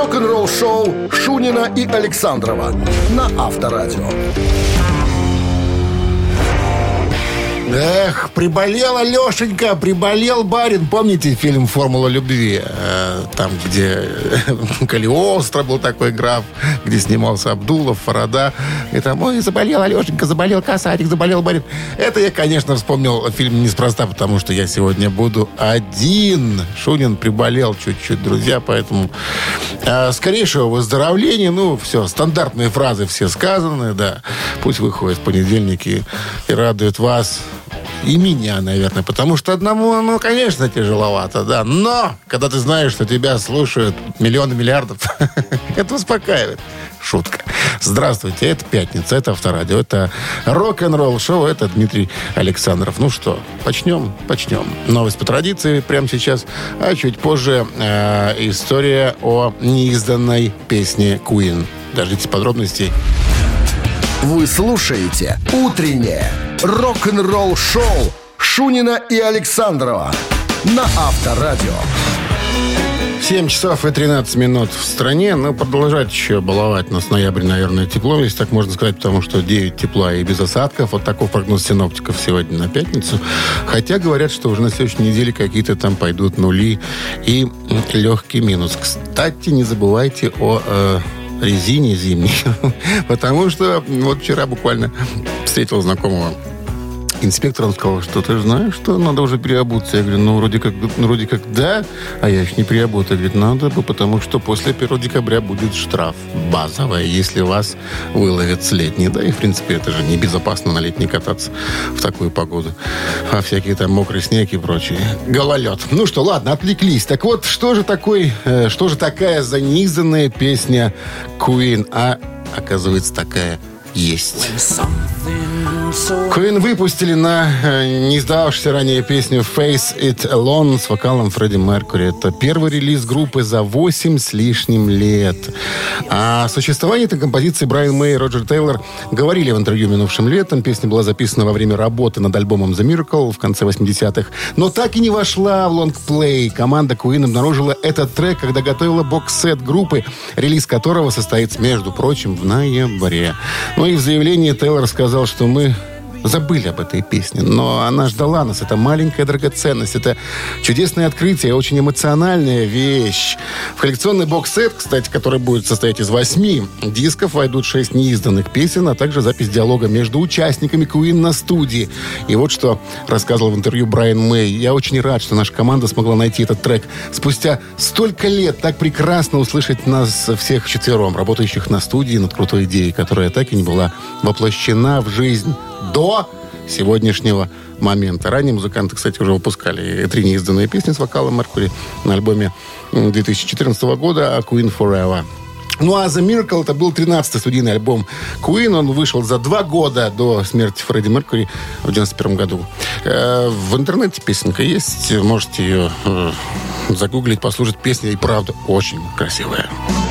Рок-н-ролл-шоу Шунина и Александрова на Авторадио. Эх, приболела Лешенька, приболел барин. Помните фильм «Формула любви»? Там, где Калиостро был такой граф, где снимался Абдулов, Фарада. И там, ой, заболел Алешенька, заболел касатик, заболел барин. Это я, конечно, вспомнил фильм неспроста, потому что я сегодня буду один. Шунин приболел чуть-чуть, друзья, поэтому скорейшего выздоровления. Ну, все, стандартные фразы все сказаны, да. Пусть выходит в понедельник и радует вас. И меня, наверное, потому что одному, ну, конечно, тяжеловато, да. Но, когда ты знаешь, что тебя слушают миллионы миллиардов, это успокаивает. Шутка. Здравствуйте, это пятница, это Авторадио, это рок-н-ролл шоу, это Дмитрий Александров. Ну что, начнем? Новость по традиции прямо сейчас, а чуть позже история о неизданной песне Queen. Дождитесь подробностей. Вы слушаете «Утреннее рок-н-ролл-шоу» Шунина и Александрова на Авторадио. 7 часов и 13 минут в стране. Но продолжать еще баловать нас ноябрь, наверное, теплом, если так можно сказать, потому что 9 тепла и без осадков. Вот такой прогноз синоптиков сегодня на пятницу. Хотя говорят, что уже на следующей неделе какие-то там пойдут нули и легкий минус. Кстати, не забывайте о резине зимней. Потому что вот вчера буквально встретил знакомого инспектора, он сказал, что ты знаешь, что надо уже переобуться. Я говорю, ну, вроде как да, а я еще не переобутый. Говорит, надо бы, потому что после 1 декабря будет штраф базовый, если вас выловят с летней. Да, и, в принципе, это же небезопасно на летней кататься в такую погоду. А всякие там мокрый снег и прочее. Гололед. Ну что, ладно, отвлеклись. Так вот, что же такая занизанная песня Queen? А, оказывается, такая есть. Queen выпустили на не издавшуюся ранее песню «Face It Alone» с вокалом Фредди Меркьюри. Это первый релиз группы за 8 с лишним лет. О существовании этой композиции Брайан Мэй и Роджер Тейлор говорили в интервью минувшим летом. Песня была записана во время работы над альбомом «The Miracle» в конце 80-х, но так и не вошла в лонгплей. Команда Queen обнаружила этот трек, когда готовила бокс-сет группы, релиз которого состоится, между прочим, в ноябре. Ну и в заявлении Тейлор сказал, что мы забыли об этой песне, но она ждала нас. Это маленькая драгоценность, это чудесное открытие, очень эмоциональная вещь. В коллекционный бокс-сет, кстати, который будет состоять из 8 дисков, войдут 6 неизданных песен, а также запись диалога между участниками Queen на студии. И вот что рассказывал в интервью Брайан Мэй. Я очень рад, что наша команда смогла найти этот трек. Спустя столько лет так прекрасно услышать нас всех четвером, работающих на студии над крутой идеей, которая так и не была воплощена в жизнь до сегодняшнего момента. Ранее музыканты, кстати, уже выпускали 3 неизданные песни с вокалом Меркьюри на альбоме 2014 года «Queen Forever». Ну а «The Miracle» это был 13-й студийный альбом Queen. Он вышел за 2 года до смерти Фредди Меркьюри в 91 году. В интернете песенка есть. Можете ее загуглить, послушать. Песня и правда очень красивая.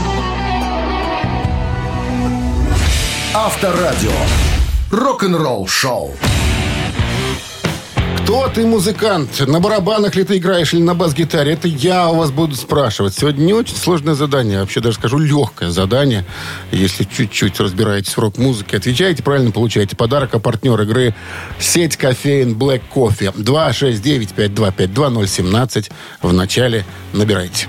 Авторадио. Рок-н-ролл шоу. Кто ты, музыкант? На барабанах ли ты играешь или на бас-гитаре? Это я у вас буду спрашивать. Сегодня не очень сложное задание. Вообще даже скажу легкое задание. Если чуть-чуть разбираетесь в рок-музыке, отвечаете правильно, получаете подарок. А партнер игры — сеть кофеин Black Coffee. 269-5252-017. В начале набирайте.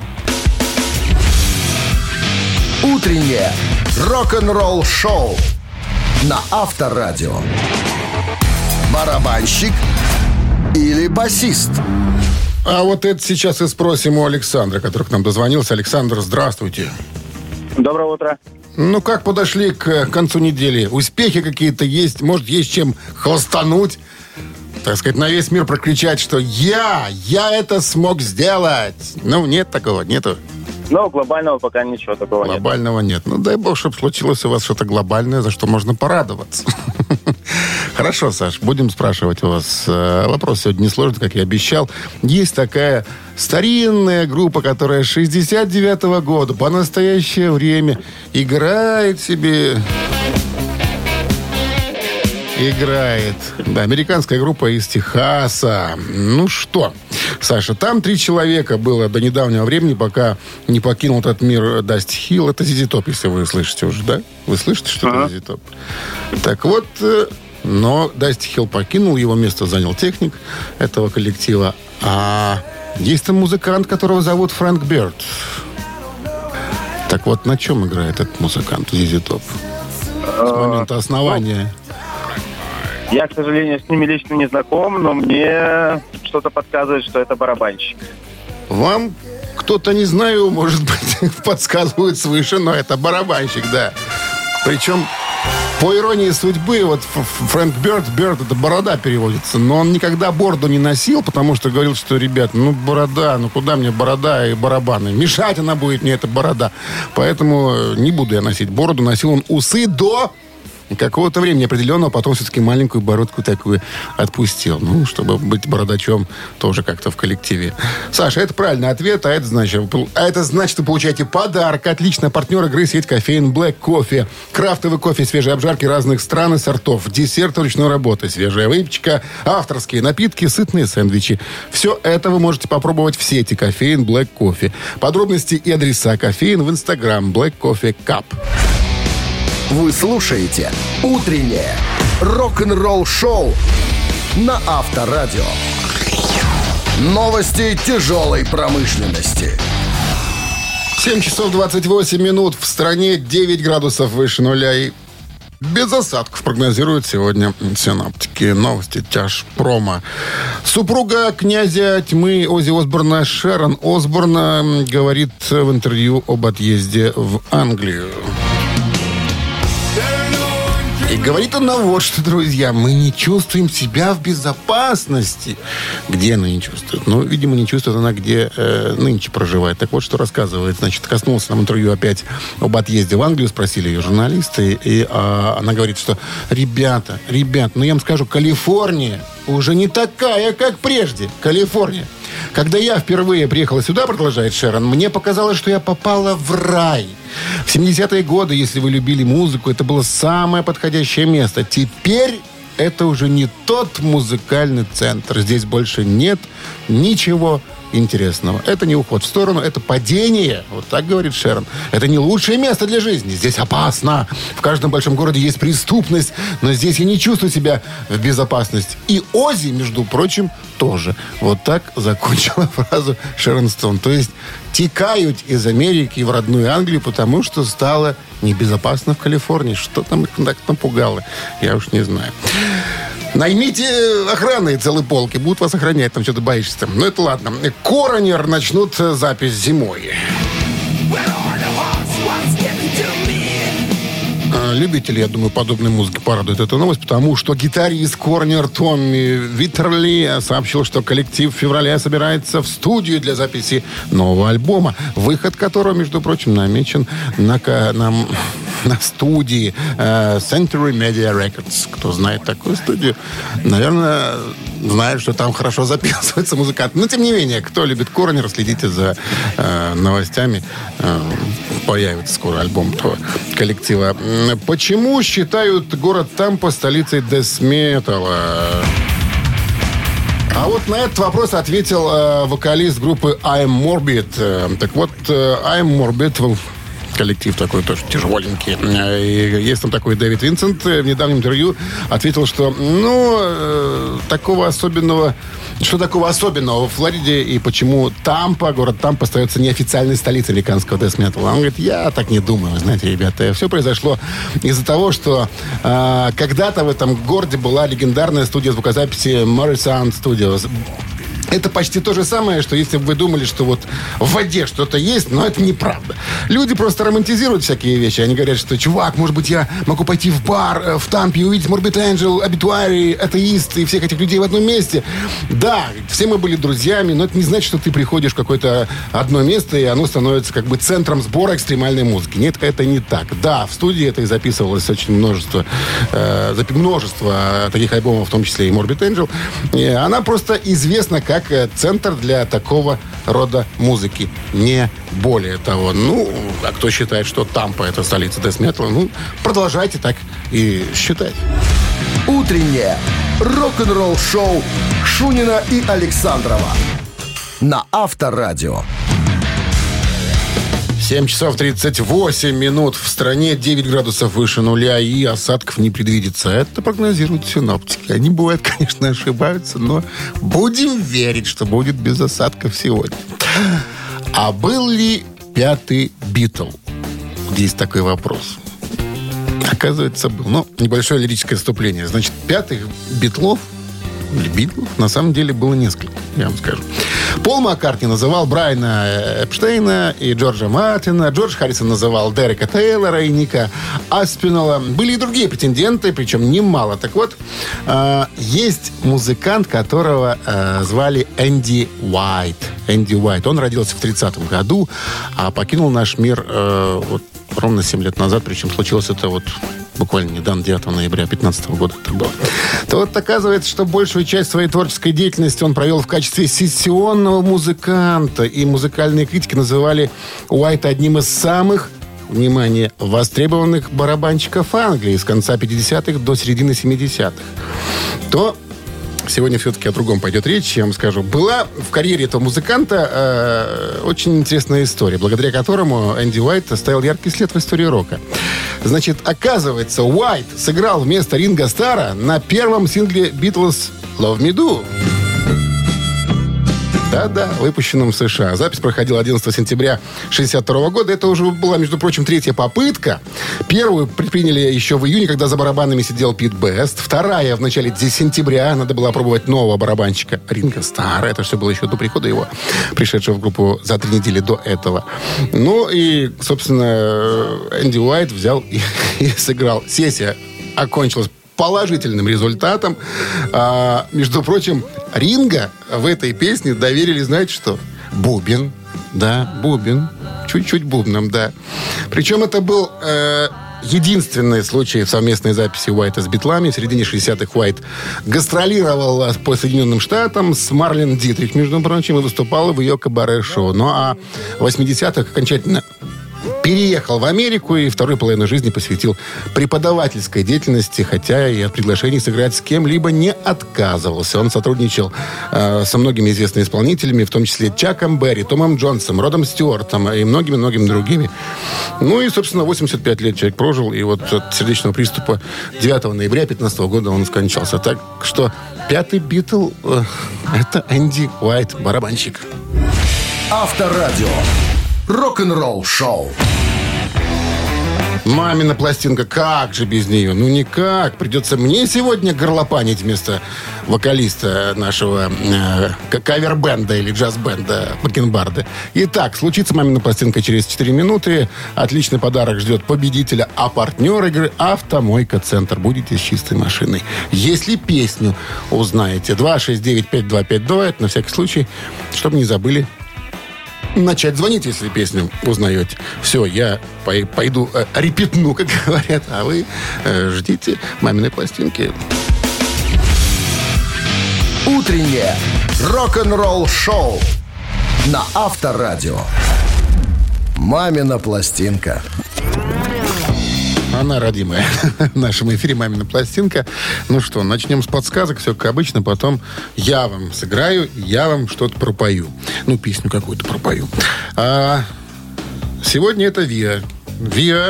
Утреннее рок-н-ролл шоу на Авторадио. Барабанщик или басист? А вот это сейчас и спросим у Александра, который к нам дозвонился. Александр, здравствуйте. Доброе утро. Ну, как подошли к концу недели? Успехи какие-то есть? Может, есть чем хвостануть? Так сказать, на весь мир прокричать, что я это смог сделать. Ну, нет такого, нету. Но глобального пока ничего такого нет. Глобального нет. Ну, дай бог, чтобы случилось у вас что-то глобальное, за что можно порадоваться. Хорошо, Саш, будем спрашивать у вас. Вопрос сегодня несложный, как я обещал. Есть такая старинная группа, которая с 69-го года по настоящее время играет себе играет. Да, американская группа из Техаса. Ну что, Саша, там 3 человека было до недавнего времени, пока не покинул этот мир Дасти Хилл. Это ZZ Top, если вы слышите уже, да? Вы слышите, что это ZZ Top? Так вот, но Дасти Хилл покинул, его место занял техник этого коллектива. А есть там музыкант, которого зовут Фрэнк Бёрд. Так вот, на чем играет этот музыкант ZZ Top? С момента основания. Я, к сожалению, с ними лично не знаком, но мне что-то подсказывает, что это барабанщик. Вам кто-то, не знаю, может быть, подсказывает свыше, но это барабанщик, да. Причем, по иронии судьбы, вот Фрэнк Бёрд это борода переводится, но он никогда бороду не носил, потому что говорил, что, ребят, борода, куда мне борода и барабаны? Мешать она будет мне, эта борода. Поэтому не буду я носить бороду. Носил он усы до какого-то времени определенного, потом все-таки маленькую бородку такую отпустил. Чтобы быть бородачом тоже как-то в коллективе. Саша, это правильный ответ, а это значит, вы получаете подарок. Отличный партнер игры сеть кофеин Black Coffee. Крафтовый кофе, свежие обжарки разных стран и сортов, десерт ручной работы, свежая выпечка, авторские напитки, сытные сэндвичи. Все это вы можете попробовать в сети кофеин Black Coffee. Подробности и адреса кофеин в Instagram Black Coffee Cup. Вы слушаете «Утреннее рок-н-ролл-шоу» на Авторадио. Новости тяжелой промышленности. 7 часов 28 минут. В стране 9 градусов выше нуля и без осадков прогнозируют сегодня синоптики. Новости тяжпрома. Супруга князя тьмы Оззи Осборна Шерон Осборн говорит в интервью об отъезде в Англию. И говорит она вот что, друзья, мы не чувствуем себя в безопасности. Где она не чувствует? Видимо, не чувствует она, где нынче проживает. Так вот, что рассказывает. Значит, коснулся нам интервью опять об отъезде в Англию, спросили ее журналисты, и она говорит, что ребят, я вам скажу, Калифорния уже не такая, как прежде. Калифорния. Когда я впервые приехала сюда, продолжает Шерон, мне показалось, что я попала в рай. В 70-е годы, если вы любили музыку, это было самое подходящее место. Теперь это уже не тот музыкальный центр. Здесь больше нет ничего интересного. Это не уход в сторону, это падение. Вот так говорит Шерон. Это не лучшее место для жизни. Здесь опасно. В каждом большом городе есть преступность, но здесь я не чувствую себя в безопасности. И Оззи, между прочим, тоже. Вот так закончила фразу Шерон Стоун. То есть текают из Америки в родную Англию, потому что стало небезопасно в Калифорнии. Что там их так напугало? Я уж не знаю. Наймите охраны целые полки, будут вас охранять, там что-то боишься. Ну, это ладно. Коронер начнут запись зимой. Любители, я думаю, подобной музыки порадует эта новость, потому что гитарист Коронер Томми Виттерли сообщил, что коллектив в феврале собирается в студию для записи нового альбома, выход которого, между прочим, намечен на студии Century Media Records. Кто знает такую студию, наверное, знает, что там хорошо записывается музыкант. Но, тем не менее, кто любит Коронер, следите за новостями. Появится скоро альбом того коллектива. Почему считают город Тампа столицей дэс-металла? А вот на этот вопрос ответил вокалист группы I'm Morbid. Так вот, I'm Morbid, коллектив такой тоже тяжеленький. И есть там такой Дэвид Винсент в недавнем интервью ответил, что такого особенного во Флориде и почему Тампа, город Тампа, остается неофициальной столицей американского дэс-металла. Он говорит, я так не думаю, вы знаете, ребята. Все произошло из-за того, что когда-то в этом городе была легендарная студия звукозаписи Morrison Studios. Это почти то же самое, что если бы вы думали, что вот в воде что-то есть, но это неправда. Люди просто романтизируют всякие вещи. Они говорят, что, чувак, может быть, я могу пойти в бар в Тампе и увидеть Morbid Angel, Obituary, атеист и всех этих людей в одном месте. Да, все мы были друзьями, но это не значит, что ты приходишь в какое-то одно место, и оно становится как бы центром сбора экстремальной музыки. Нет, это не так. Да, в студии это и записывалось очень множество таких альбомов, в том числе и Morbid Angel. И она просто известна как центр для такого рода музыки. Не более того. А кто считает, что Тампа — это столица дэс-металла, продолжайте так и считать. Утреннее рок-н-ролл-шоу Шунина и Александрова на Авторадио. 7 часов 38 минут. В стране 9 градусов выше нуля, и осадков не предвидится. Это прогнозируют синоптики. Они, бывают, конечно, ошибаются, но будем верить, что будет без осадков сегодня. А был ли пятый Битл? Есть такой вопрос. Оказывается, был. Но небольшое лирическое вступление. Значит, пятых Битлов, или Битлов, на самом деле было несколько, я вам скажу. Пол Маккартни называл Брайана Эпштейна и Джорджа Мартина. Джордж Харрисон называл Дерека Тейлора и Ника Аспинолла. Были и другие претенденты, причем немало. Так вот, есть музыкант, которого звали Энди Уайт. Энди Уайт. Он родился в 30-м году, а покинул наш мир ровно 7 лет назад. Причем случилось это буквально недавно, 9 ноября 2015 года это было. То вот оказывается, что большую часть своей творческой деятельности он провел в качестве сессионного музыканта. И музыкальные критики называли Уайта одним из самых, внимание, востребованных барабанщиков Англии с конца 50-х до середины 70-х. То сегодня все-таки о другом пойдет речь, я вам скажу. Была в карьере этого музыканта очень интересная история, благодаря которому Энди Уайт оставил яркий след в истории рока. Значит, оказывается, Уайт сыграл вместо Ринго Стара на первом сингле Beatles «Love Me Do». Да-да, выпущенном в США. Запись проходила 11 сентября 1962 года. Это уже была, между прочим, третья попытка. Первую предприняли еще в июне, когда за барабанами сидел Пит Бест. Вторая в начале сентября. Надо было опробовать нового барабанщика Ринго Стара. Это все было еще до прихода его, пришедшего в группу за 3 недели до этого. Ну и, собственно, Энди Уайт взял и сыграл. Сессия окончилась положительным результатом. Между прочим, Ринго в этой песне доверили, знаете что? Бубен. Да, бубен. Чуть-чуть бубном, да. Причем это был единственный случай в совместной записи Уайта с Битлами. В середине 60-х Уайт гастролировал по Соединенным Штатам с Марлен Дитрих, между прочим, и выступал в ее кабаре-шоу. Ну а в 80-х окончательно переехал в Америку и вторую половину жизни посвятил преподавательской деятельности, хотя и от приглашений сыграть с кем-либо не отказывался. Он сотрудничал со многими известными исполнителями, в том числе Чаком Берри, Томом Джонсом, Родом Стюартом и многими-многими другими. Ну и, собственно, 85 лет человек прожил, и вот от сердечного приступа 9 ноября 2015 года он скончался. Так что пятый Битл это Энди Уайт, барабанщик. Авторадио. Рок-н-ролл шоу. Мамина пластинка, как же без нее? Ну никак. Придется мне сегодня горлопанить вместо вокалиста нашего кавер-бенда или джаз-бенда Бакенбарды. Итак, случится мамина пластинка через 4 минуты. Отличный подарок ждет победителя. А партнер игры «Автомойка Центр». Будете с чистой машиной. Если песню узнаете, 269-5252, это на всякий случай, чтобы не забыли начать звонить, если песню узнаете. Все, я пойду репетну, как говорят, а вы ждите маминой пластинки. Утреннее рок-н-ролл-шоу на Авторадио. «Мамина пластинка». Она родимая. В нашем эфире «Мамина пластинка». Ну что, начнем с подсказок. Все как обычно. Потом я вам сыграю, я вам что-то пропою. Ну, песню какую-то пропою. Сегодня это «Виа». «Виа».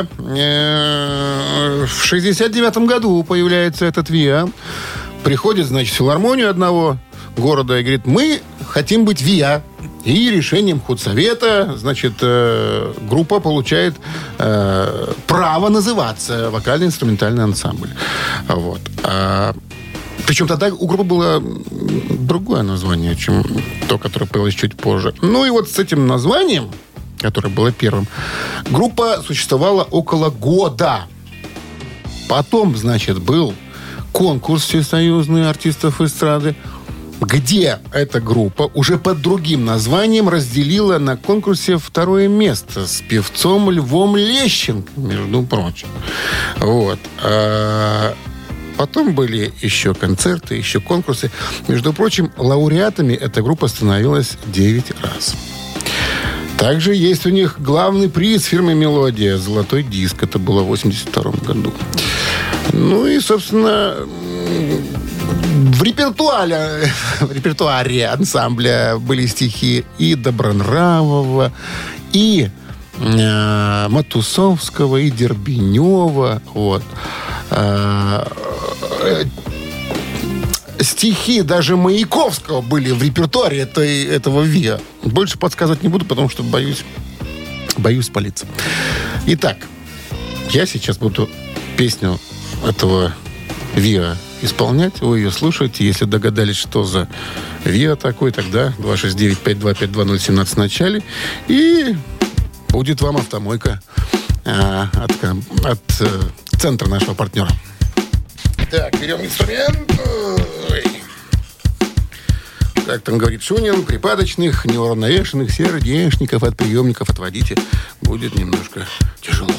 В 69-м году появляется этот «Виа». Приходит, значит, в филармонию одного города и говорит: мы хотим быть «Виа». И решением худсовета, значит, группа получает право называться вокально-инструментальный ансамбль. Вот. Причем тогда у группы было другое название, чем то, которое появилось чуть позже. Ну и вот с этим названием, которое было первым, группа существовала около года. Потом, значит, был конкурс всесоюзный артистов эстрады, где эта группа уже под другим названием разделила на конкурсе второе место с певцом Львом Лещенко, между прочим. Вот. Потом были еще концерты, еще конкурсы. Между прочим, лауреатами эта группа становилась 9 раз. Также есть у них главный приз фирмы «Мелодия» — золотой диск. Это было в 1982 году. Ну и, собственно, в репертуаре ансамбля были стихи и Добронравова, и Матусовского, и Дербенева. Вот. Стихи даже Маяковского были в репертуаре этого ВИА. Больше подсказывать не буду, потому что боюсь спалиться. Итак, я сейчас буду песню этого ВИА исполнять. Вы ее слушаете. Если догадались, что за ВИА такой, тогда 269-5252017 в начале. И будет вам автомойка от центра нашего партнера. Так, берем инструмент. Как там говорит Шунин, припадочных, неуравновешенных сердечников от приемников отводите. Будет немножко тяжело.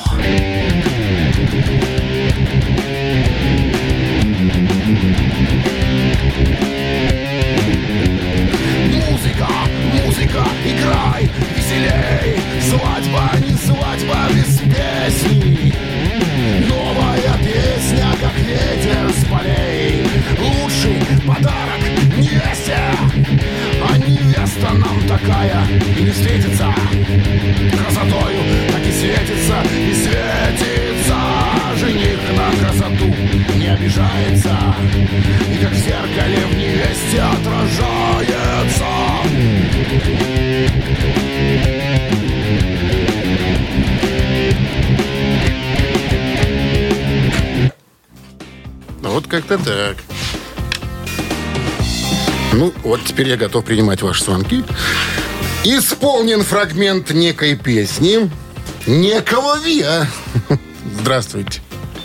Музыка, играй веселей. Свадьба, не свадьба без песни. Новая песня, как ветер с полей. Лучший подарок невесте. А невеста нам такая и не встретится. Красотою так и светится, и светится. Жених на красоту не обижается. И как в зеркале в невесте отражается. Вот как-то так. Ну, вот теперь я готов принимать ваши звонки. Исполнен фрагмент некой песни некого ВИА. Здравствуйте.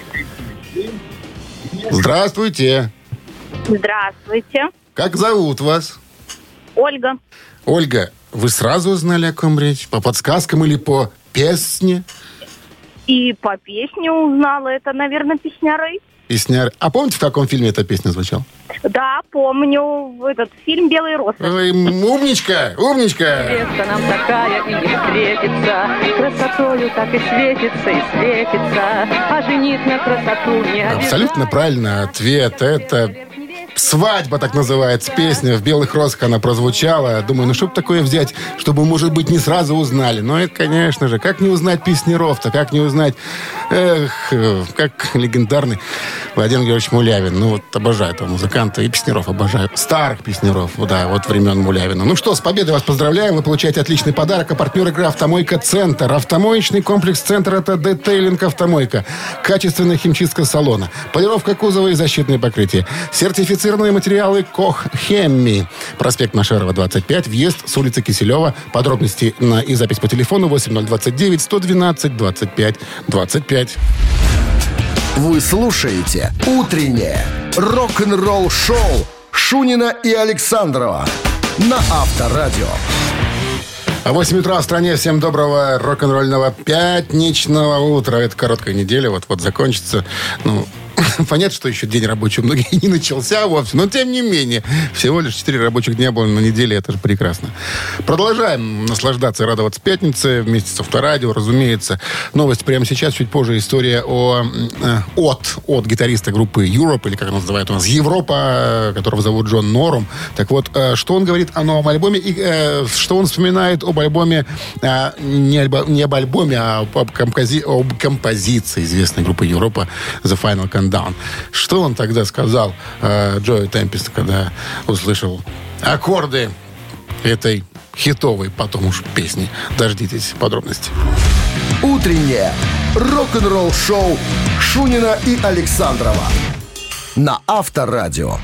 Здравствуйте. Здравствуйте. Как зовут вас? Ольга. Ольга, вы сразу узнали, о ком речь? По подсказкам или по песне? И по песне узнала. Это, наверное, песняры. Песняр. А помните, в каком фильме эта песня звучала? Да, помню. Этот фильм «Белые росы». Ой, умничка, умничка. Невеста нам такая и не встретится, красотою так и светится, а жених на красоту не обижается. Абсолютно правильный ответ. Это «Свадьба» так называется песня. В «Белых розах» она прозвучала. Думаю, ну что бы такое взять, чтобы, может быть, не сразу узнали. Но это, конечно же, как не узнать песняров-то, как не узнать, как легендарный Владимир Георгиевич Мулявин. Ну вот обожаю этого музыканта и песняров обожаю. Старых песняров, да, вот времен Мулявина. Ну что, с победой вас поздравляем. Вы получаете отличный подарок. А партнер игры «Автомойка Центр». Автомоечный комплекс «Центр» — это детейлинг «Автомойка». Качественная химчистка салона. Полировка кузова и защитное покрытие. Сертифицированные материалы «Кох Хемми». Проспект Машерова, 25. Въезд с улицы Киселева. Подробности и запись по телефону 8029-112-25-25. Вы слушаете «Утреннее рок-н-ролл-шоу» Шунина и Александрова на Авторадио. 8 утра в стране. Всем доброго рок-н-ролльного пятничного утра. Это короткая неделя. Вот закончится. Ну, понятно, что еще день рабочий у многих не начался вовсе, но тем не менее, всего лишь 4 рабочих дня было на неделе, это же прекрасно. Продолжаем наслаждаться и радоваться пятнице вместе с Авторадио, разумеется. Новость прямо сейчас, чуть позже история от гитариста группы Europe, или как он называет у нас, Европа, которого зовут Джон Норм. Так вот, что он говорит о новом альбоме и что он вспоминает об альбоме, не об альбоме, а об композиции известной группы Европа The Final Countdown. Что он тогда сказал Джои Темпест, когда услышал аккорды этой хитовой потом уж песни? Дождитесь подробностей. Утреннее рок-н-ролл-шоу Шунина и Александрова на Авторадио.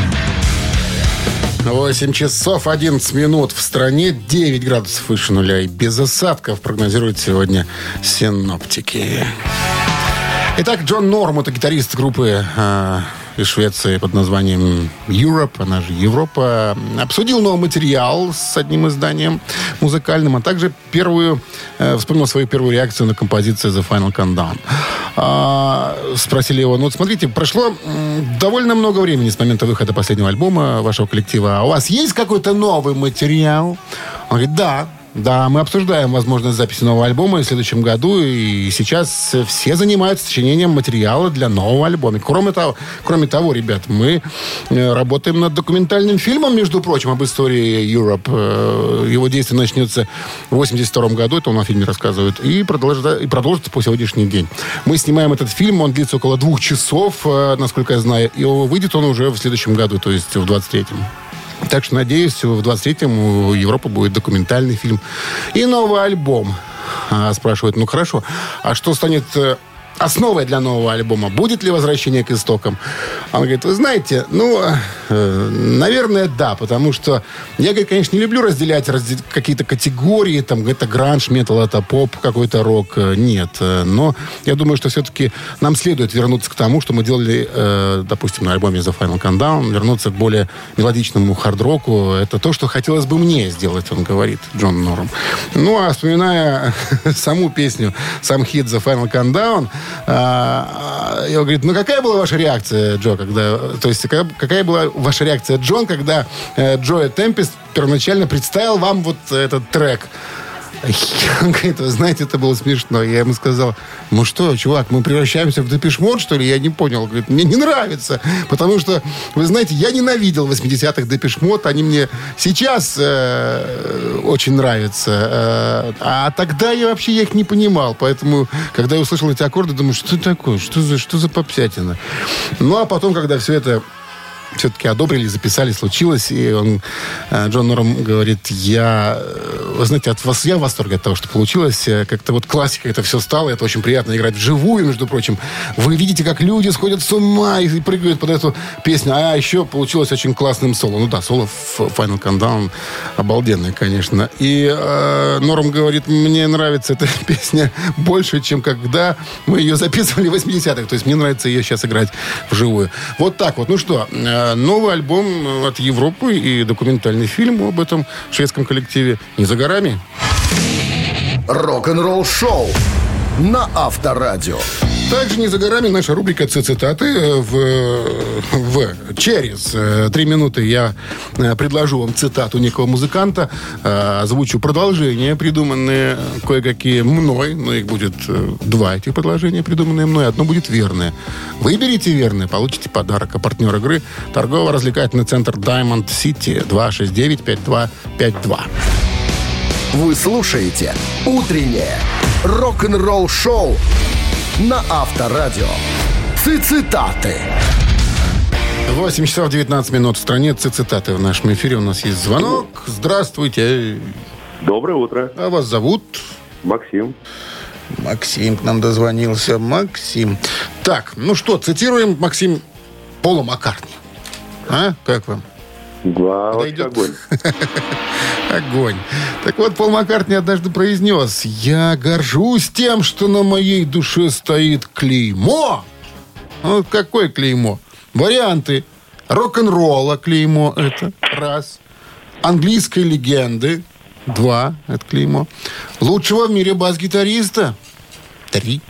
8 часов 11 минут. В стране 9 градусов выше нуля и без осадков прогнозируют сегодня синоптики. Итак, Джон Норм, это гитарист группы из Швеции под названием Europe, она же Европа, обсудил новый материал с одним изданием музыкальным, а также вспомнил свою первую реакцию на композицию The Final Countdown. Спросили его, ну вот смотрите, прошло довольно много времени с момента выхода последнего альбома вашего коллектива, а у вас есть какой-то новый материал? Он говорит, да, Да, мы обсуждаем возможность записи нового альбома в следующем году, и сейчас все занимаются сочинением материала для нового альбома. Кроме того, ребят, мы работаем над документальным фильмом, между прочим, об истории Europe. Его действие начнется в 1982 году, это он о фильме рассказывает, и продолжится по сегодняшний день. Мы снимаем этот фильм, он длится около 2 часов, насколько я знаю, и выйдет он уже в следующем году, то есть в 23-м. Так что, надеюсь, в 23-м у Европы будет документальный фильм и новый альбом. Спрашивают, ну хорошо, а что станет основой для нового альбома? Будет ли возвращение к истокам? Он говорит, вы знаете, наверное, да, потому что я, конечно, не люблю разделять какие-то категории, там, это гранж, метал, это поп, какой-то рок. Нет. Но я думаю, что все-таки нам следует вернуться к тому, что мы делали, допустим, на альбоме The Final Countdown, вернуться к более мелодичному хард-року. Это то, что хотелось бы мне сделать, он говорит, Джон Норм. Ну, а вспоминая саму песню, сам хит The Final Countdown, и он говорит, какая была ваша реакция, Джо, какая была ваша реакция, Джон, когда Джои Темпест первоначально представил вам вот этот трек? Он говорит, вы знаете, это было смешно. Я ему сказал, что, чувак, мы превращаемся в Депеш Мод, что ли? Я не понял. Он говорит, мне не нравится, потому что, вы знаете, я ненавидел 80-х Депеш Мод, они мне сейчас очень нравятся, а тогда я их не понимал, поэтому, когда я услышал эти аккорды, думаю, что такое, что за попсятина? Ну, а потом, когда все это все-таки одобрили, записали, случилось. И Джон Норм говорит, вы знаете, от вас я в восторге от того, что получилось. Как-то вот классика это все стало. Это очень приятно играть вживую, между прочим. Вы видите, как люди сходят с ума и прыгают под эту песню. А еще получилось очень классным соло. Ну да, соло в Final Countdown обалденное, конечно. И Норм говорит, мне нравится эта песня больше, чем когда мы ее записывали в 80-х. То есть мне нравится ее сейчас играть вживую. Вот так вот. Ну что, новый альбом от Европы и документальный фильм об этом шведском коллективе не за горами. Рок-н-ролл шоу на Авторадио. Также не за горами наша рубрика «Цитаты» через 3 минуты я предложу вам цитату некого музыканта, озвучу продолжения, придуманные кое-какие мной, но их будет 2 этих предложения, придуманные мной, одно будет верное. Выберите верное, получите подарок. А партнер игры – торгово-развлекательный центр Diamond City 269-5252. Вы слушаете «Утреннее рок-н-ролл-шоу» на Авторадио. Цитаты. 8 часов 19 минут в стране. Цитаты в нашем эфире. У нас есть звонок. Здравствуйте. Доброе утро. А вас зовут? Максим. Максим к нам дозвонился. Максим. Так, цитируем, Максим, Пола Маккартни. А? Как вам? Да, огонь. Огонь. Так вот, Пол Маккартни однажды произнес: «Я горжусь тем, что на моей душе стоит клеймо». Вот какое клеймо? Варианты: рок-н-ролла клеймо, это раз. Английской легенды, 2, это клеймо. Лучшего в мире бас-гитариста, 3.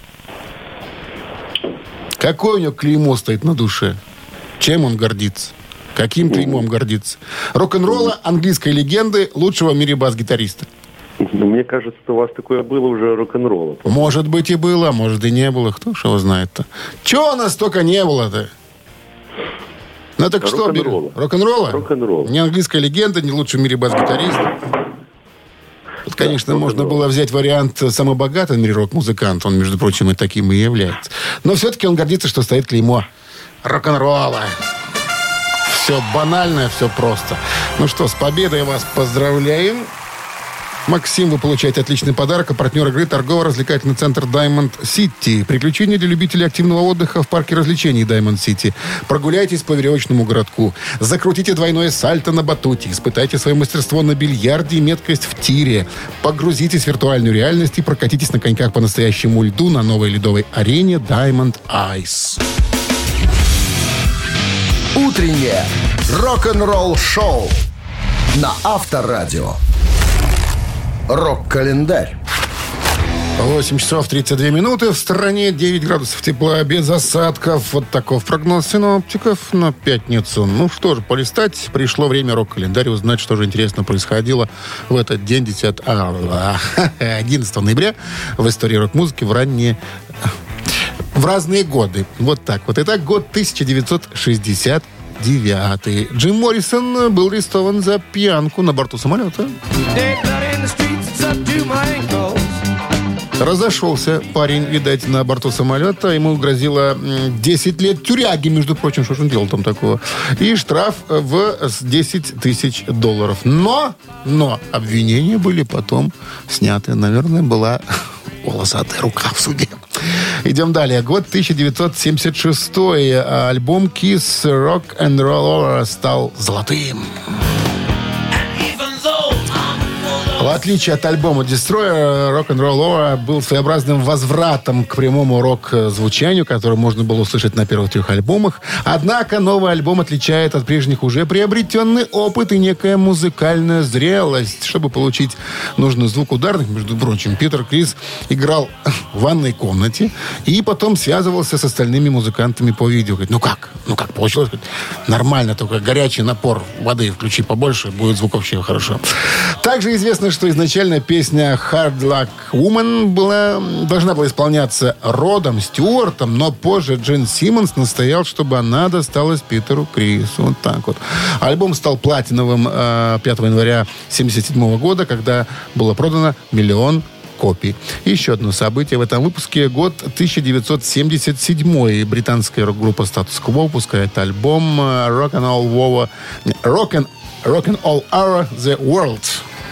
Какое у него клеймо стоит на душе? Чем он гордится? Каким клеймом гордится? Рок-н-ролла, английской легенды, лучшего в мире бас-гитариста. Мне кажется, у вас такое было уже рок-н-ролла. Может быть и было, может и не было. Кто ж его знает-то? Чего у нас столько не было-то? Ну так что? Рок-н-ролла? Рок-н-ролла. Не английская легенда, не лучший в мире бас-гитарист. Тут, конечно, можно было взять вариант самый богатый в мире рок-музыкант. Он, между прочим, и таким и является. Но все-таки он гордится, что стоит клеймо рок-н-ролла. Все банально, все просто. Ну что, с победой вас поздравляем. Максим, вы получаете отличный подарок. А партнер игры — торгово-развлекательный центр Diamond City. Приключения для любителей активного отдыха в парке развлечений Diamond City. Прогуляйтесь по веревочному городку. Закрутите двойное сальто на батуте. Испытайте свое мастерство на бильярде и меткость в тире. Погрузитесь в виртуальную реальность и прокатитесь на коньках по настоящему льду на новой ледовой арене Diamond Ice. Утреннее рок-н-ролл-шоу на Авторадио. Рок-календарь. 8 часов 32 минуты. В стране 9 градусов тепла, без осадков. Вот таков прогноз синоптиков на пятницу. Ну что же, полистать пришло время рок-календаря, узнать, что же интересно происходило в этот день, 11 ноября, в истории рок-музыки в разные годы. Вот так вот. Итак, год 1969. Джим Моррисон был арестован за пьянку на борту самолета. Разошелся парень, видать, на борту самолета. Ему грозило 10 лет тюряги, между прочим. Что же он делал там такого? И штраф в $10 тысяч. Но обвинения были потом сняты. Наверное, была волосатая рука в суде. Идем далее. Год 1976. Альбом Kiss Rock and Roll стал золотым. В отличие от альбома Destroyer, Rock'n'Roll Over был своеобразным возвратом к прямому рок-звучанию, которое можно было услышать на первых 3 альбомах. Однако новый альбом отличает от прежних уже приобретенный опыт и некая музыкальная зрелость. Чтобы получить нужный звук ударных, между прочим, Питер Крис играл в ванной комнате и потом связывался с остальными музыкантами по видео. Говорит, ну как получилось? Говорит, нормально, только горячий напор воды включи побольше, будет звук вообще хорошо. Также известно, что изначально песня «Hard Luck Woman» должна была исполняться Родом Стюартом, но позже Джин Симмонс настоял, чтобы она досталась Питеру Крису. Вот так вот. Альбом стал платиновым 5 января 1977 года, когда было продано 1 миллион копий. Еще одно событие в этом выпуске. Год 1977. Британская рок-группа Status Quo выпускает альбом Rock'n'All Over the World.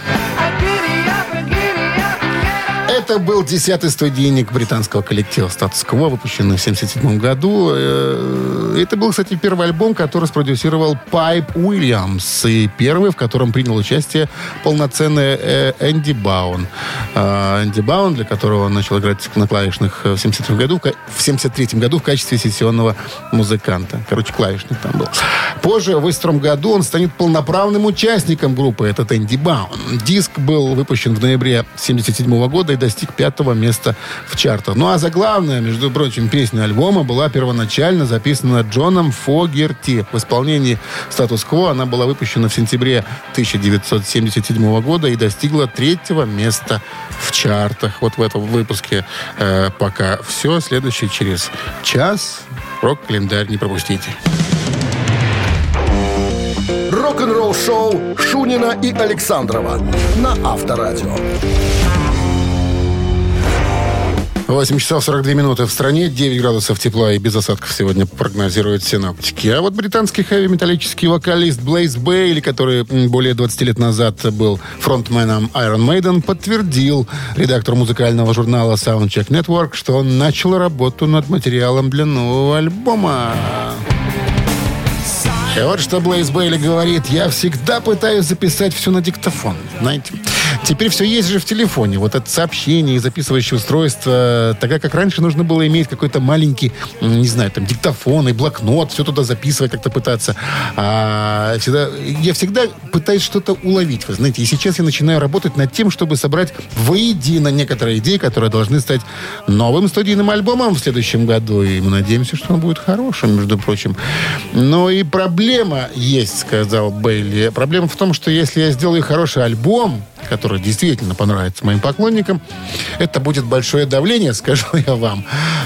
Это был 10-й студийник британского коллектива Status Quo, выпущенный в 1977 году. Это был, кстати, первый альбом, который спродюсировал Пайп Уильямс, и первый, в котором принял участие полноценный Энди Баун. Энди Баун, для которого он начал играть на клавишных в 1973 году в качестве сессионного музыканта. Короче, клавишник там был. Позже, в 1982 году, он станет полноправным участником группы, этот Энди Баун. Диск был выпущен в ноябре 1977 года и достиг 5-го места в чартах. Ну а заглавная, между прочим, песня альбома была первоначально записана Джоном Фогерти. В исполнении Status Quo она была выпущена в сентябре 1977 года и достигла 3-го места в чартах. Вот в этом выпуске пока все. Следующий через час. Рок-календарь не пропустите. Рок-н-ролл шоу Шунина и Александрова на Авторадио. 8 часов 42 минуты в стране, 9 градусов тепла и без осадков сегодня прогнозируют синоптики. А вот британский хэви-металлический вокалист Блейз Бейли, который более 20 лет назад был фронтменом Iron Maiden, подтвердил редактору музыкального журнала Soundcheck Network, что он начал работу над материалом для нового альбома. И вот что Блейз Бейли говорит: я всегда пытаюсь записать все на диктофон, знаете. Теперь все есть же в телефоне. Вот это сообщение и записывающее устройство. Тогда как раньше нужно было иметь какой-то маленький, не знаю, там, диктофон и блокнот, все туда записывать, как-то пытаться. Я всегда пытаюсь что-то уловить, вы знаете. И сейчас я начинаю работать над тем, чтобы собрать воедино некоторые идеи, которые должны стать новым студийным альбомом в следующем году. И мы надеемся, что он будет хорошим, между прочим. Но и проблема есть, сказал Бейли. Проблема в том, что если я сделаю хороший альбом, который действительно понравится моим поклонникам, это будет большое давление, скажу я вам.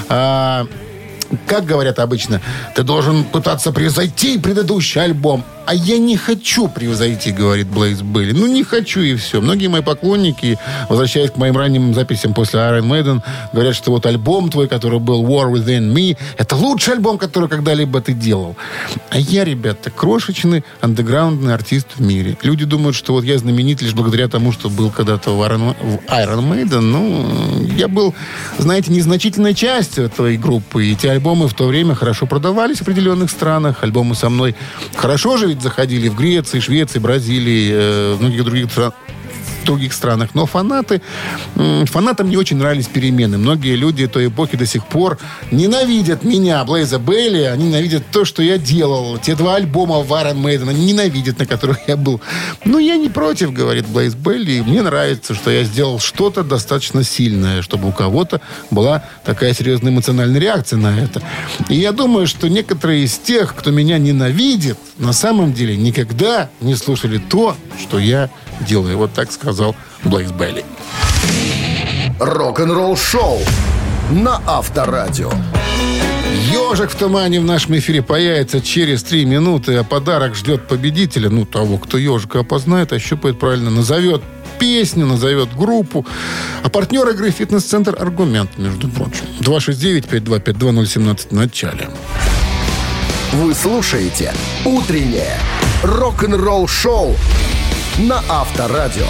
Как говорят обычно, ты должен пытаться превзойти предыдущий альбом. А я не хочу превзойти, говорит Блейз Бейли. Ну, не хочу, и все. Многие мои поклонники, возвращаясь к моим ранним записям после Iron Maiden, говорят, что вот альбом твой, который был War Within Me, это лучший альбом, который когда-либо ты делал. А я, ребята, крошечный андеграундный артист в мире. Люди думают, что вот я знаменит лишь благодаря тому, что был когда-то в Iron Maiden. Ну, я был, знаете, незначительной частью этой группы. И те альбомы в то время хорошо продавались в определенных странах. Альбомы со мной хорошо же заходили в Греции, Швеции, Бразилии, многих других других странах. Но фанатам не очень нравились перемены. Многие люди той эпохи до сих пор ненавидят меня, Блейза Бейли. Они ненавидят то, что я делал. Те 2 альбома в Iron Maiden они ненавидят, на которых я был. Но я не против, говорит Блейз Бейли. Мне нравится, что я сделал что-то достаточно сильное, чтобы у кого-то была такая серьезная эмоциональная реакция на это. И я думаю, что некоторые из тех, кто меня ненавидит, на самом деле никогда не слушали то, что я делаю. Вот так сказал Блейз Бейли. Рок-н-ролл шоу на Авторадио. «Ежик в тумане» в нашем эфире появится через 3 минуты, а подарок ждет победителя, того, кто ежика опознает, ощупает правильно, назовет песню, назовет группу. А партнер игры «Фитнес-центр Аргумент», между прочим. 269-525-2017 в начале. Вы слушаете «Утреннее рок-н-ролл шоу» на Авторадио.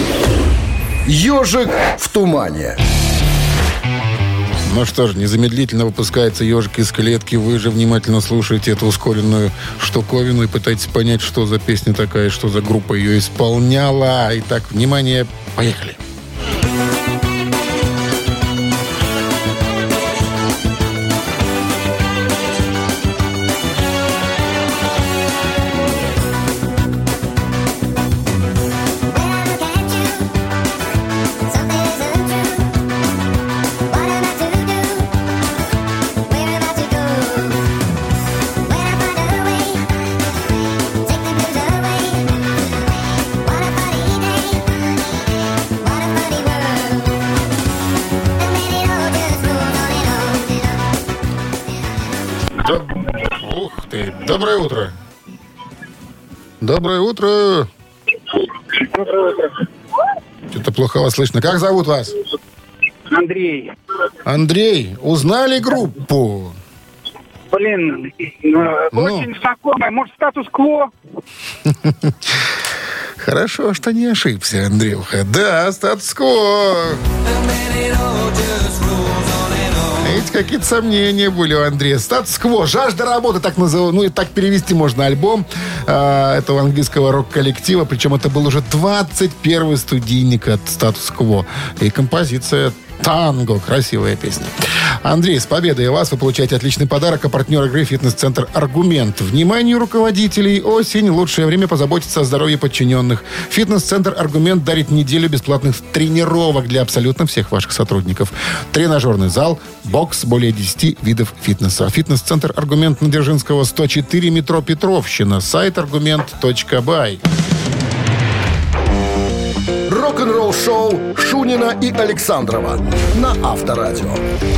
«Ежик в тумане». Ну что ж, незамедлительно выпускается ежик из клетки. Вы же внимательно слушаете эту ускоренную штуковину и пытаетесь понять, что за песня такая, что за группа ее исполняла. Итак, внимание, поехали. Доброе утро. Доброе утро. Доброе утро. Что-то плохо вас слышно. Как зовут вас? Андрей. Андрей, узнали группу? Блин, очень знакомая. Может, статус-кво? Хорошо, что не ошибся, Андрюха. Да, статус-кво. Видите, какие-то сомнения были у Андрея. Статус-кво, жажда работы, так называемый, и так перевести можно альбом этого английского рок-коллектива. Причем это был уже 21-й студийник от статус-кво. И композиция «Танго». Красивая песня. Андрей, с победой вас! Вы получаете отличный подарок, а партнер игры «Фитнес-центр Аргумент». Вниманию руководителей! Осень – лучшее время позаботиться о здоровье подчиненных. «Фитнес-центр Аргумент» дарит неделю бесплатных тренировок для абсолютно всех ваших сотрудников. Тренажерный зал, бокс, более 10 видов фитнеса. «Фитнес-центр Аргумент» на Дзержинского, 104, метро Петровщина. Сайт argument.by. Рок-н-ролл шоу Шунина и Александрова на Авторадио.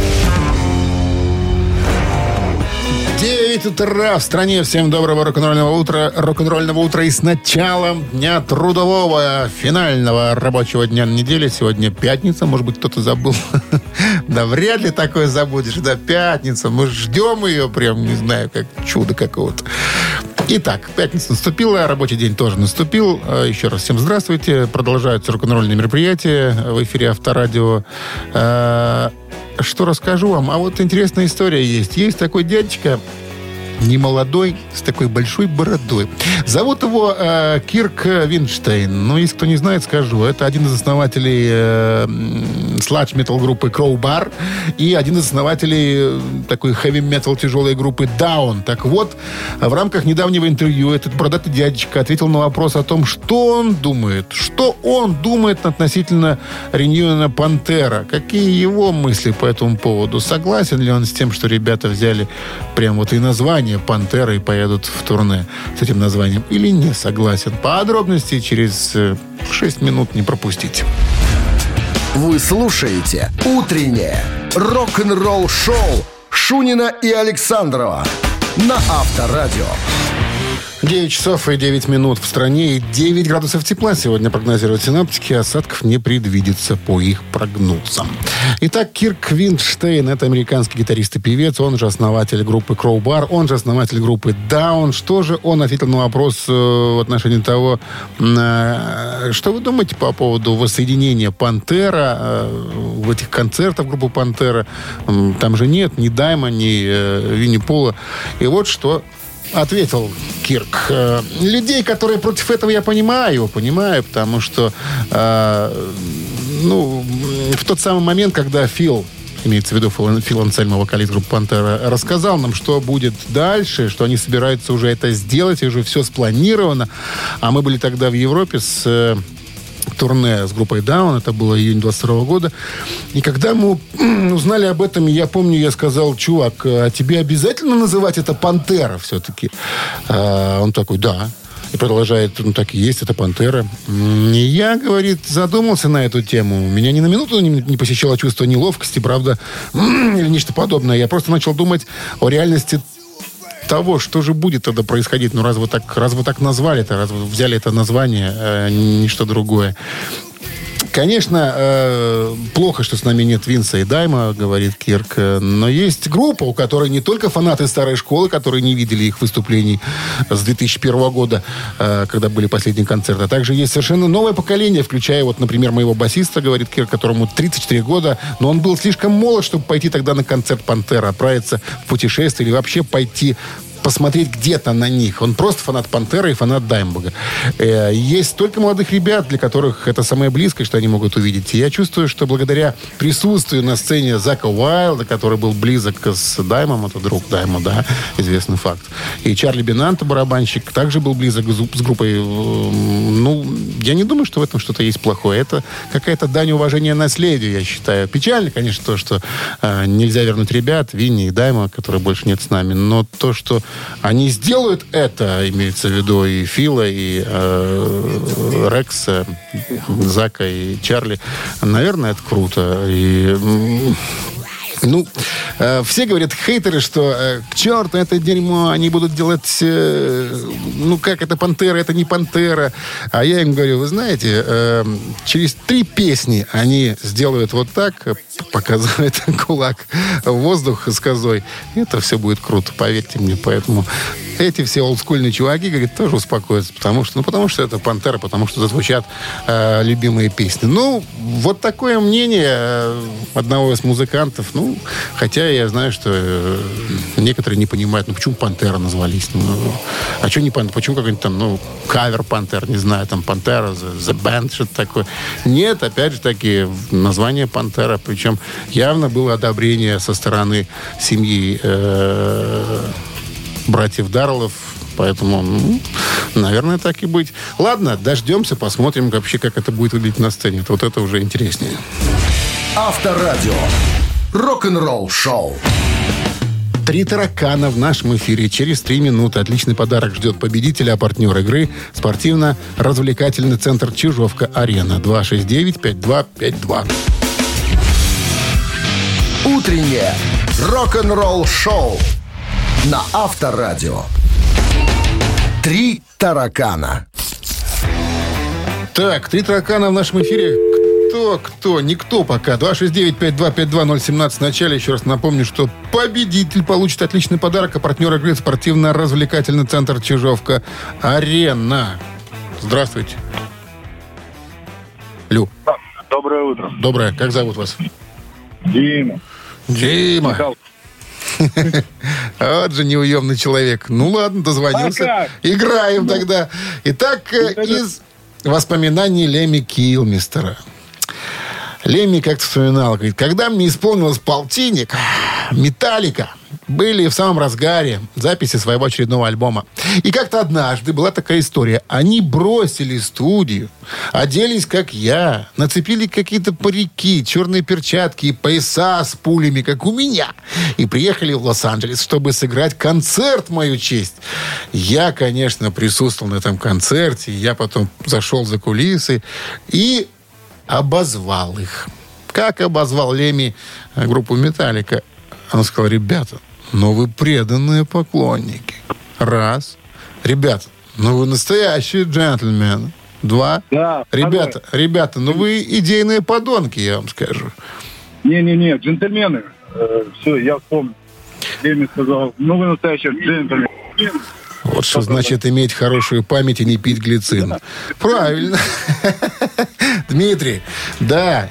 9 утра в стране. Всем доброго рок-н-ролльного утра. Рок-н-ролльного утра и с началом дня трудового, финального рабочего дня недели. Сегодня пятница. Может быть, кто-то забыл. Да вряд ли такое забудешь. Да, пятница. Мы ждем ее прям, не знаю, как чудо какого-то. Итак, пятница наступила, рабочий день тоже наступил. Еще раз всем здравствуйте. Продолжаются рок-н-ролльные мероприятия в эфире Авторадио. Что расскажу вам? А вот интересная история есть. Есть такой дядечка, немолодой, с такой большой бородой. Зовут его Кирк Виндштейн. Ну, если кто не знает, скажу. Это один из основателей сладж-метал группы Crowbar и один из основателей такой хэви-метал тяжелой группы Down. Так вот, в рамках недавнего интервью этот бородатый дядечка ответил на вопрос о том, что он думает. Что он думает относительно реюниона Пантера. Какие его мысли по этому поводу. Согласен ли он с тем, что ребята взяли прям вот и название «Пантера» и поедут в турне с этим названием, или не согласен? Подробности через 6 минут не пропустите. Вы слушаете «Утреннее рок-н-ролл-шоу» Шунина и Александрова на Авторадио. 9 часов и 9 минут в стране и 9 градусов тепла сегодня прогнозируют синоптики. Осадков не предвидится по их прогнозам. Итак, Кирк Виндштейн — это американский гитарист и певец. Он же основатель группы Crowbar, он же основатель группы Down. Что же он ответил на вопрос в отношении того, что вы думаете по поводу воссоединения Пантера в этих концертах группы Пантера? Там же нет ни Дайма, ни Винни Пола. И вот что ответил Кирк. Людей, которые против этого, я понимаю, потому что в тот самый момент, когда Фил, имеется в виду Фил Ансельмо, вокалист группы «Пантера», рассказал нам, что будет дальше, что они собираются уже это сделать, и уже все спланировано. А мы были тогда в Европе с турне с группой Down, это было июнь 22 года. И когда мы узнали об этом, я помню, я сказал: чувак, а тебе обязательно называть это «Пантера» все-таки? Он такой: да. И продолжает: так и есть, это «Пантера». И я, говорит, задумался на эту тему. Меня ни на минуту не посещало чувство неловкости, правда, или нечто подобное. Я просто начал думать о реальности того, что же будет тогда происходить. Раз вы так назвали это, раз вы взяли это название, ничто другое. Конечно, плохо, что с нами нет Винса и Дайма, говорит Кирк, но есть группа, у которой не только фанаты старой школы, которые не видели их выступлений с 2001 года, когда были последние концерты, а также есть совершенно новое поколение, включая, например, моего басиста, говорит Кирк, которому 34 года, но он был слишком молод, чтобы пойти тогда на концерт «Пантера», отправиться в путешествие или вообще пойти посмотреть где-то на них. Он просто фанат «Пантеры» и фанат Даймбога. Есть столько молодых ребят, для которых это самое близкое, что они могут увидеть. И я чувствую, что благодаря присутствию на сцене Зака Уайлда, который был близок с Даймом, это друг Дайма, да, известный факт. И Чарли Бенанто, барабанщик, также был близок с группой. Я не думаю, что в этом что-то есть плохое. Это какая-то дань уважения наследию, я считаю. Печально, конечно, то, что нельзя вернуть ребят, Винни и Дайма, которые больше нет с нами. Но то, что они сделают это, имеется в виду и Фила, и Рекса, Зака и Чарли, наверное, это круто. И все говорят, хейтеры, что к черту это дерьмо, они будут делать, как это «Пантера», это не «Пантера». А я им говорю: вы знаете, через 3 песни они сделают вот так, показывает кулак в воздух с козой. Это все будет круто, поверьте мне. Поэтому эти все олдскульные чуваки, говорит, тоже успокоятся, потому что это «Пантера», потому что зазвучат любимые песни. Вот такое мнение одного из музыкантов. Хотя я знаю, что некоторые не понимают, почему «Пантера» назвались. А что не «Пантера»? Почему какой-нибудь там, кавер «Пантер», не знаю, там «Пантера», «The Band», что-то такое. Нет, опять же таки, название «Пантера». Причем явно было одобрение со стороны семьи братьев Дарреллов. Поэтому, наверное, так и быть. Ладно, дождемся, посмотрим вообще, как это будет выглядеть на сцене. Вот это уже интереснее. Авторадио. Рок-н-ролл шоу. 3 таракана в нашем эфире. Через 3 минуты отличный подарок ждет победителя, а партнер игры — спортивно-развлекательный центр «Чижовка-Арена». 269-5252. Утреннее рок-н-ролл шоу на Авторадио. 3 таракана. Так, 3 таракана в нашем эфире. Кто? Никто пока. 269-5252-017 в начале. Еще раз напомню, что победитель получит отличный подарок, а партнер игры — спортивно-развлекательный центр «Чижовка-Арена». Здравствуйте. Лю. Доброе утро. Доброе. Как зовут вас? Дима. Дима. Вот же неуемный человек. Ладно, дозвонился. Играем тогда. Итак, из воспоминаний Лемми Килмистера. Лемми как-то вспоминал, говорит: когда мне исполнилось 1,5, Металлика были в самом разгаре записи своего очередного альбома. И как-то однажды была такая история. Они бросили студию, оделись, как я, нацепили какие-то парики, черные перчатки и пояса с пулями, как у меня, и приехали в Лос-Анджелес, чтобы сыграть концерт в мою честь. Я, конечно, присутствовал на этом концерте. Я потом зашел за кулисы и обозвал их. Как обозвал Лемми группу «Металлика»? Он сказал: ребята, вы преданные поклонники. 1. Ребята, вы настоящие джентльмены. 2. Да, ребята, вы идейные подонки, я вам скажу. Не, джентльмены. Все, я вспомнил. Лемми сказал: вы настоящие джентльмены. Вот что значит иметь хорошую память и не пить глицин. Правильно. Дмитрий, да.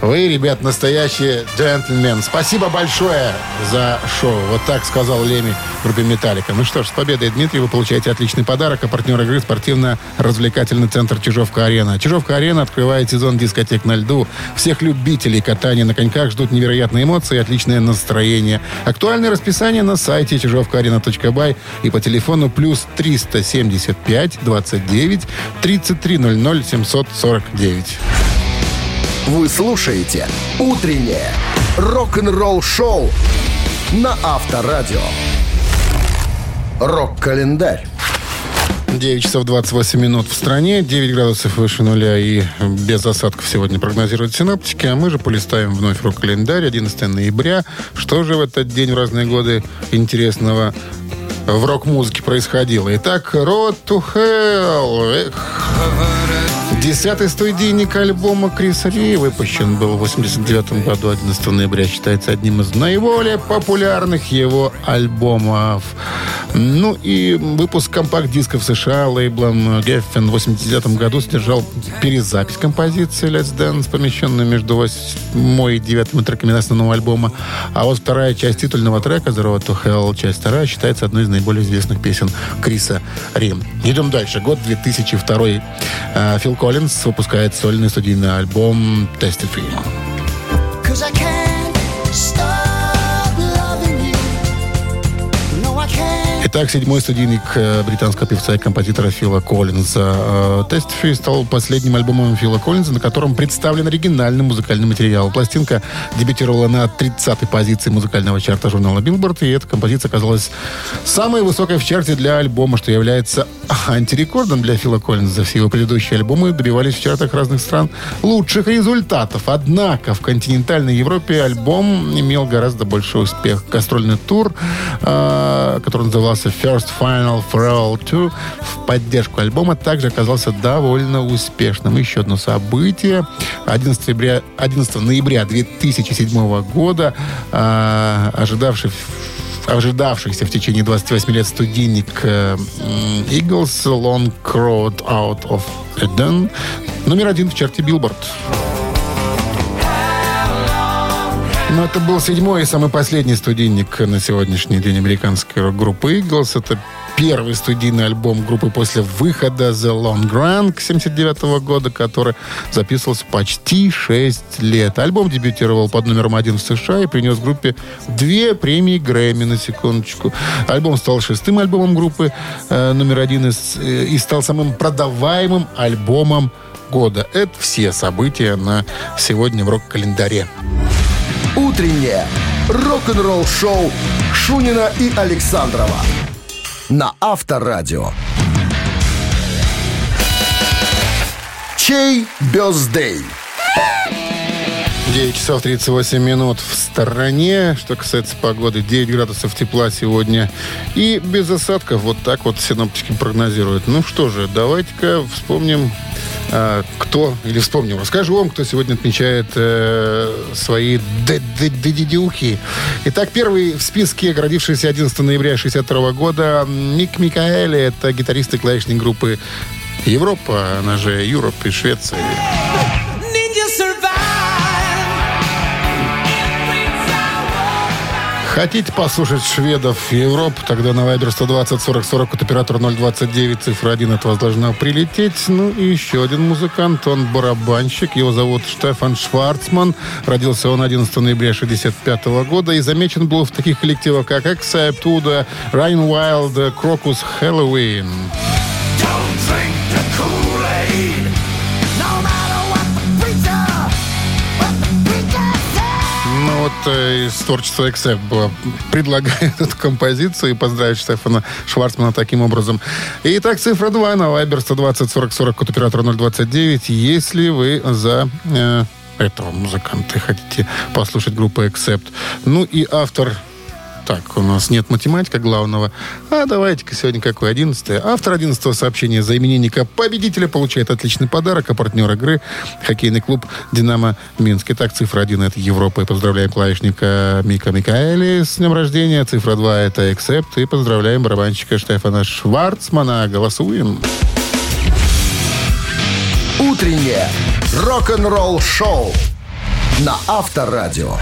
Вы, ребят, настоящие джентльмены. Спасибо большое за шоу. Вот так сказал Леми в группе «Металлика». Ну что ж, с победой, Дмитрий, вы получаете отличный подарок. А партнер игры — спортивно-развлекательный центр «Чижовка-арена». «Чижовка-арена» открывает сезон дискотек на льду. Всех любителей катания на коньках ждут невероятные эмоции и отличное настроение. Актуальное расписание на сайте чижовкаарена.бай и по телефону плюс 375 29 33 00 749. Вы слушаете «Утреннее рок-н-ролл-шоу» на Авторадио. Рок-календарь. 9 часов 28 минут в стране, 9 градусов выше нуля и без осадков сегодня прогнозируют синоптики, а мы же полистаем вновь рок-календарь, 11 ноября. Что же в этот день в разные годы интересного в рок-музыке происходило? Итак, «Road to Hell». 10-й студийник альбома Криса Ри выпущен был в 89 году, 11 ноября. Считается одним из наиболее популярных его альбомов. Ну и выпуск компакт-диска в США лейблом Geffen в 89 году содержал перезапись композиции Let's Dance, помещенную между 8 и 9 треками основного альбома. А вот вторая часть титульного трека The Road to Hell, часть вторая, считается одной из наиболее известных песен Криса Ри. Идем дальше. Год 2002. Фил Коллинз выпускает сольный студийный альбом Testify. Итак, 7-й студийник британского певца и композитора Фила Коллинза. «Testify» стал последним альбомом Фила Коллинза, на котором представлен оригинальный музыкальный материал. Пластинка дебютировала на 30-й позиции музыкального чарта журнала Billboard, и эта композиция оказалась самой высокой в чарте для альбома, что является антирекордом для Фила Коллинза. Все его предыдущие альбомы добивались в чартах разных стран лучших результатов. Однако в континентальной Европе альбом имел гораздо больший успех. Гастрольный тур, который назывался First Final Farewell Tour, в поддержку альбома также оказался довольно успешным. Еще одно событие. 11 ноября 2007 года ожидавшийся в течение 28 лет студийник Eagles Long Road Out of Eden номер 1 в чарте Billboard. Но это был 7-й и самый последний студийник на сегодняшний день американской рок-группы Eagles. Это первый студийный альбом группы после выхода The Long Run 1979 года, который записывался почти 6 лет. Альбом дебютировал под номером 1 в США и принес группе 2 премии Грэмми, на секундочку. Альбом стал 6-м альбомом группы номер 1 и стал самым продаваемым альбомом года. Это все события на сегодня в рок-календаре. Утреннее рок-н-ролл-шоу Шунина и Александрова на Авторадио. Чей бёздей? 9 часов 38 минут в стороне. Что касается погоды, 9 градусов тепла сегодня. И без осадков. Вот так вот синоптики прогнозируют. Ну что же, давайте-ка вспомним, расскажу вам, кто сегодня отмечает свои дедюхи. Итак, первый в списке, родившийся 11 ноября 1962 года, Мик Микаэли. Это гитарист и клавишник группы Европа, она же Europe из Швеции. Хотите послушать шведов Европы? Тогда на Viber 120 40 40 от оператора 029, цифра 1 от вас должна прилететь. Ну и еще один музыкант, он барабанщик, его зовут Штефан Шварцман. Родился он 11 ноября 1965 года и замечен был в таких коллективах, как Accept, Uda, Ryan Wild, Crocus, Halloween. Из творчества Accept было. Предлагаю эту композицию и поздравить Штефана Шварцмана таким образом. Итак, цифра 2 на Viber 120 40 40 от оператора 029. Если вы за этого музыканта хотите послушать группу Accept. Ну и автор... Так, у нас нет математика главного. А давайте-ка сегодня какой? 11-е. Автор 11-го сообщения за именинника победителя получает отличный подарок, а партнер игры — хоккейный клуб «Динамо Минск». Итак, цифра 1 — это Европа. И поздравляем клавишника Мика Микаэли с днем рождения. Цифра 2 — это Accept. И поздравляем барабанщика Штефана Шварцмана. Голосуем. Утреннее рок-н-ролл-шоу на Авторадио.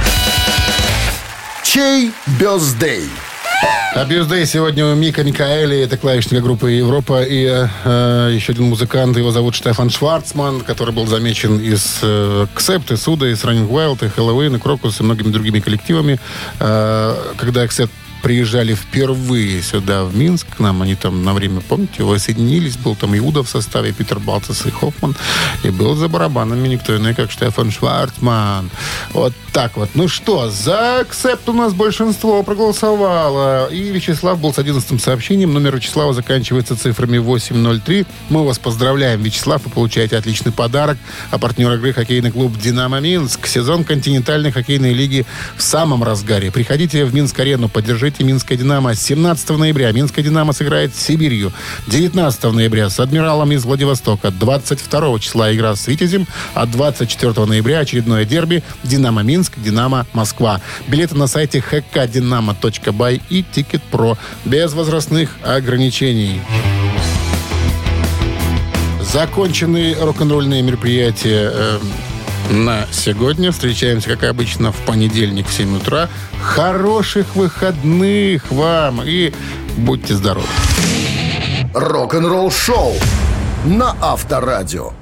Чей бёздей? А бьюздей сегодня у Мика Микаэли, это клавишника группы Европа, и еще один музыкант, его зовут Штефан Шварцман, который был замечен из Accept, и Суда, из Running Wild, и Хэллоуин, и Крокус, и многими другими коллективами. Когда Accept приезжали впервые сюда, в Минск, к нам они там на время, помните, воссоединились, был там Иуда в составе, Питер Балцес и Хоффман, и был за барабанами никто иной, как Штефан Шварцман. Вот так вот. Ну что, за Accept у нас большинство проголосовало, и Вячеслав был с 11-м сообщением, номер Вячеслава заканчивается цифрами 803. Мы вас поздравляем, Вячеслав, вы получаете отличный подарок, а партнер игры хоккейный клуб «Динамо Минск». Сезон континентальной хоккейной лиги в самом разгаре. Приходите в Минск-арену, поддержите Минская «Динамо». 17 ноября Минская «Динамо» сыграет с Сибирью. 19 ноября с «Адмиралом» из Владивостока. 22 числа игра с «Витязем», а 24 ноября очередное дерби «Динамо Минск», «Динамо Москва». Билеты на сайте hkdinamo.by и Ticket.pro. Без возрастных ограничений. Закончены рок-н-ролльные мероприятия на сегодня. Встречаемся, как обычно, в понедельник в 7 утра. Хороших выходных вам и будьте здоровы. Рок-н-ролл шоу на Авторадио.